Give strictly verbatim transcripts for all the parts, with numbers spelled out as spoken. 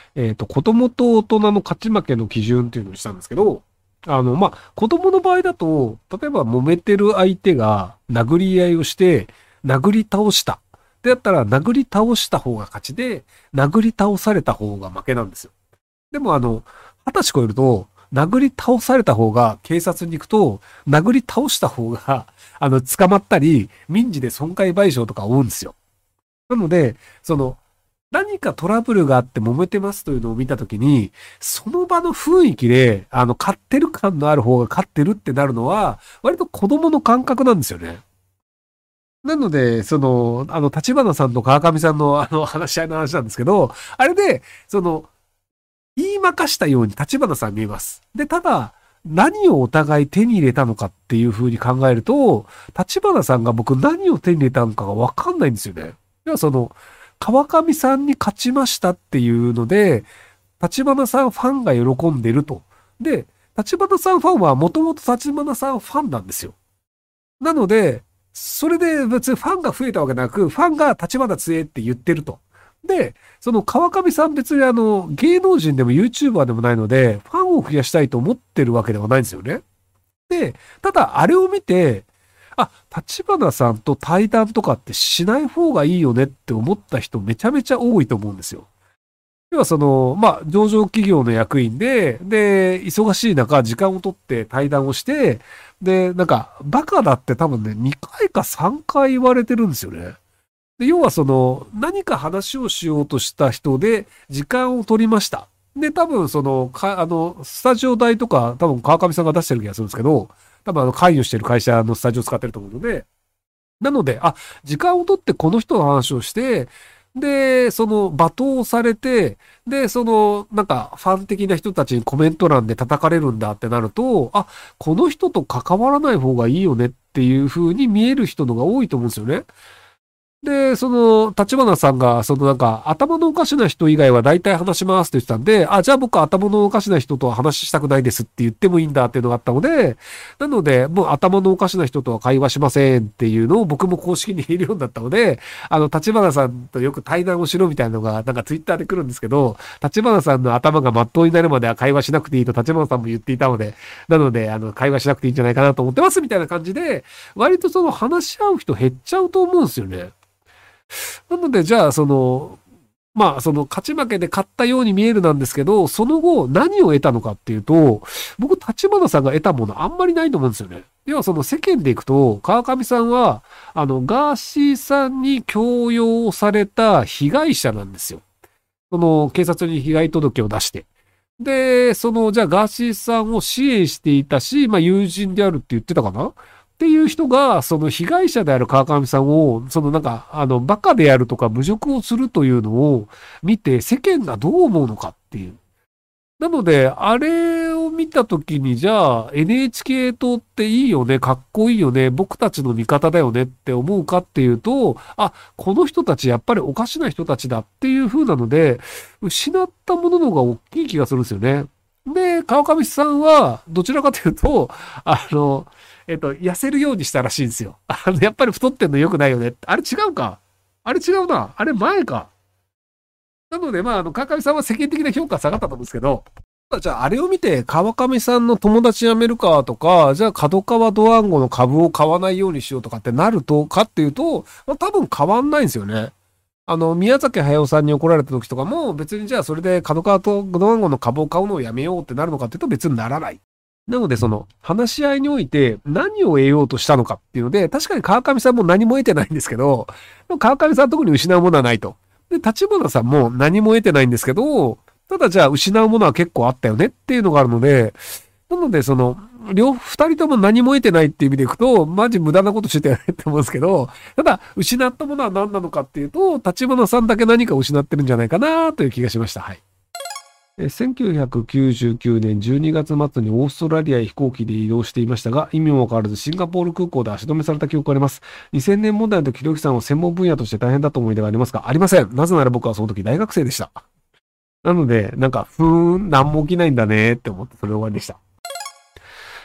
えっと、子供と大人の勝ち負けの基準っていうのをしたんですけど、あの、まあ、子供の場合だと、例えば揉めてる相手が殴り合いをして、殴り倒した。で、だったら殴り倒した方が勝ちで、殴り倒された方が負けなんですよ。でもあの、二十歳超えると、殴り倒された方が警察に行くと、殴り倒した方が、あの、捕まったり、民事で損害賠償とかを負うんですよ。なので、その、何かトラブルがあって揉めてますというのを見たときに、その場の雰囲気で、あの、勝ってる感のある方が勝ってるってなるのは、割と子供の感覚なんですよね。なので、その、あの、立花さんと川上さんのあの、話し合いの話なんですけど、あれで、その、言いまかしたように立花さん見えます。で、ただ、何をお互い手に入れたのかっていう風に考えると、立花さんが僕何を手に入れたのかがわかんないんですよね。要はその、川上さんに勝ちましたっていうので、立花さんファンが喜んでると。で、立花さんファンはもともと立花さんファンなんですよ。なので、それで別にファンが増えたわけなく、ファンが立花強えって言ってると。で、その川上さん別にあの、芸能人でも YouTuber でもないので、ファンを増やしたいと思ってるわけではないんですよね。で、ただあれを見て、あ、立花さんと対談とかってしない方がいいよねって思った人めちゃめちゃ多いと思うんですよ。要はその、まあ、上場企業の役員で、で、忙しい中、時間を取って対談をして、で、なんか、バカだって多分ね、にかいかさんかい言われてるんですよね。で、要はその、何か話をしようとした人で、時間を取りました。で、多分その、か、あの、スタジオ代とか、多分川上さんが出してる気がするんですけど、多分あの、関与してる会社のスタジオを使ってると思うので、なので、あ、時間を取ってこの人の話をして、で、その罵倒されて、で、その、なんか、ファン的な人たちにコメント欄で叩かれるんだってなると、あ、この人と関わらない方がいいよねっていう風に見える人のが多いと思うんですよね。で、その、立花さんが、そのなんか、頭のおかしな人以外は大体話しますって言ってたんで、あ、じゃあ僕は頭のおかしな人とは話したくないですって言ってもいいんだっていうのがあったので、なので、もう頭のおかしな人とは会話しませんっていうのを僕も公式に言えるようになったので、あの、立花さんとよく対談をしろみたいなのが、なんかツイッターで来るんですけど、立花さんの頭が真っ当になるまでは会話しなくていいと立花さんも言っていたので、なので、あの、会話しなくていいんじゃないかなと思ってますみたいな感じで、割とその話し合う人減っちゃうと思うんですよね。なので、じゃあ、その、まあ、その勝ち負けで勝ったように見えるなんですけど、その後何を得たのかっていうと、僕、立花さんが得たものあんまりないと思うんですよね。要はその世間でいくと、川上さんは、あの、ガーシーさんに強要された被害者なんですよ。その、警察に被害届を出して。で、その、じゃあガーシーさんを支援していたし、まあ友人であるって言ってたかなっていう人が、その被害者である川上さんを、そのなんか、あの、バカであるとか侮辱をするというのを見て、世間がどう思うのかっていう。なので、あれを見たときに、じゃあ エヌエイチケー 党っていいよね、かっこいいよね、僕たちの味方だよねって思うかっていうと、あ、この人たちやっぱりおかしな人たちだっていう風なので、失ったものの方が大きい気がするんですよね。で、川上さんは、どちらかというと、あの、えっと、痩せるようにしたらしいんですよ。あの、やっぱり太ってんの良くないよね。あれ違うか。あれ違うな。あれ前か。なので、まあ、あの、川上さんは世間的な評価は下がったと思うんですけど、じゃあ、あれを見て、川上さんの友達辞めるかとか、じゃあ、角川ドワンゴの株を買わないようにしようとかってなると、かっていうと、まあ、多分変わんないんですよね。あの、宮崎駿さんに怒られた時とかも、別にじゃあ、それで角川とドワンゴの株を買うのをやめようってなるのかっていうと、別にならない。なので、その、話し合いにおいて何を得ようとしたのかっていうので、確かに川上さんも何も得てないんですけど、川上さんは特に失うものはないと。で、立花さんも何も得てないんですけど、ただじゃあ失うものは結構あったよねっていうのがあるので、なのでその、両、二人とも何も得てないっていう意味でいくと、マジ無駄なことしてたよねって思うんですけど、ただ、失ったものは何なのかっていうと、立花さんだけ何か失ってるんじゃないかなという気がしました。はい。えせんきゅうひゃくきゅうじゅうきゅうねんじゅうにがつ末にオーストラリアへ飛行機で移動していましたが、意味も変わらずシンガポール空港で足止めされた記憶があります。にせんねん問題の時、ひろゆきさんを専門分野として大変だと思い出がありますか？ありません。なぜなら僕はその時大学生でした。なので、なんか、ふーん、なんも起きないんだねって思ってそれ終わりでした。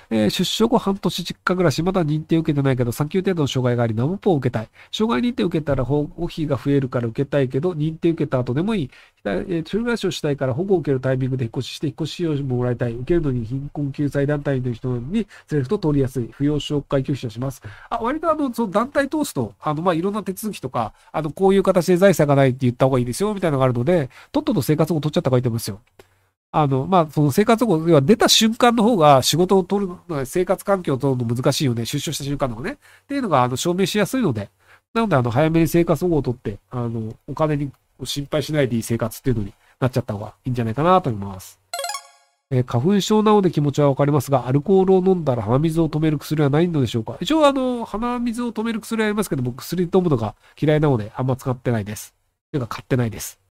えー出所後半年実家暮らし、まだ認定受けてないけど、さん級程度の障害があり、ナモポを受けたい。障害認定受けたら保護費が増えるから受けたいけど、認定受けた後でもいい。えー、一人暮らしをしたいから保護を受けるタイミングで引っ越しして、引っ越し費用ももらいたい。受けるのに貧困救済団体の人に連れると通りやすい。扶養紹介拒否をします。あ、割とあの、その団体通すと、あの、まあ、いろんな手続きとか、あの、こういう形で財産がないって言った方がいいですよ、みたいなのがあるので、とっとと生活保護取っちゃった方がいいと思いますよ。あの、まあ、その生活保護、要は出た瞬間の方が仕事を取るの、生活環境を取るの難しいよね。出所した瞬間の方がね。っていうのが、あの、証明しやすいので。なので、あの、早めに生活保護を取って、あの、お金に心配しないでいい生活っていうのになっちゃった方がいいんじゃないかなと思います。えー花粉症なので気持ちはわかりますが、アルコールを飲んだら鼻水を止める薬はないのでしょうか？一応、あの、鼻水を止める薬はありますけど、僕薬飲むのが嫌いなので、あんま使ってないです。というか、買ってないです。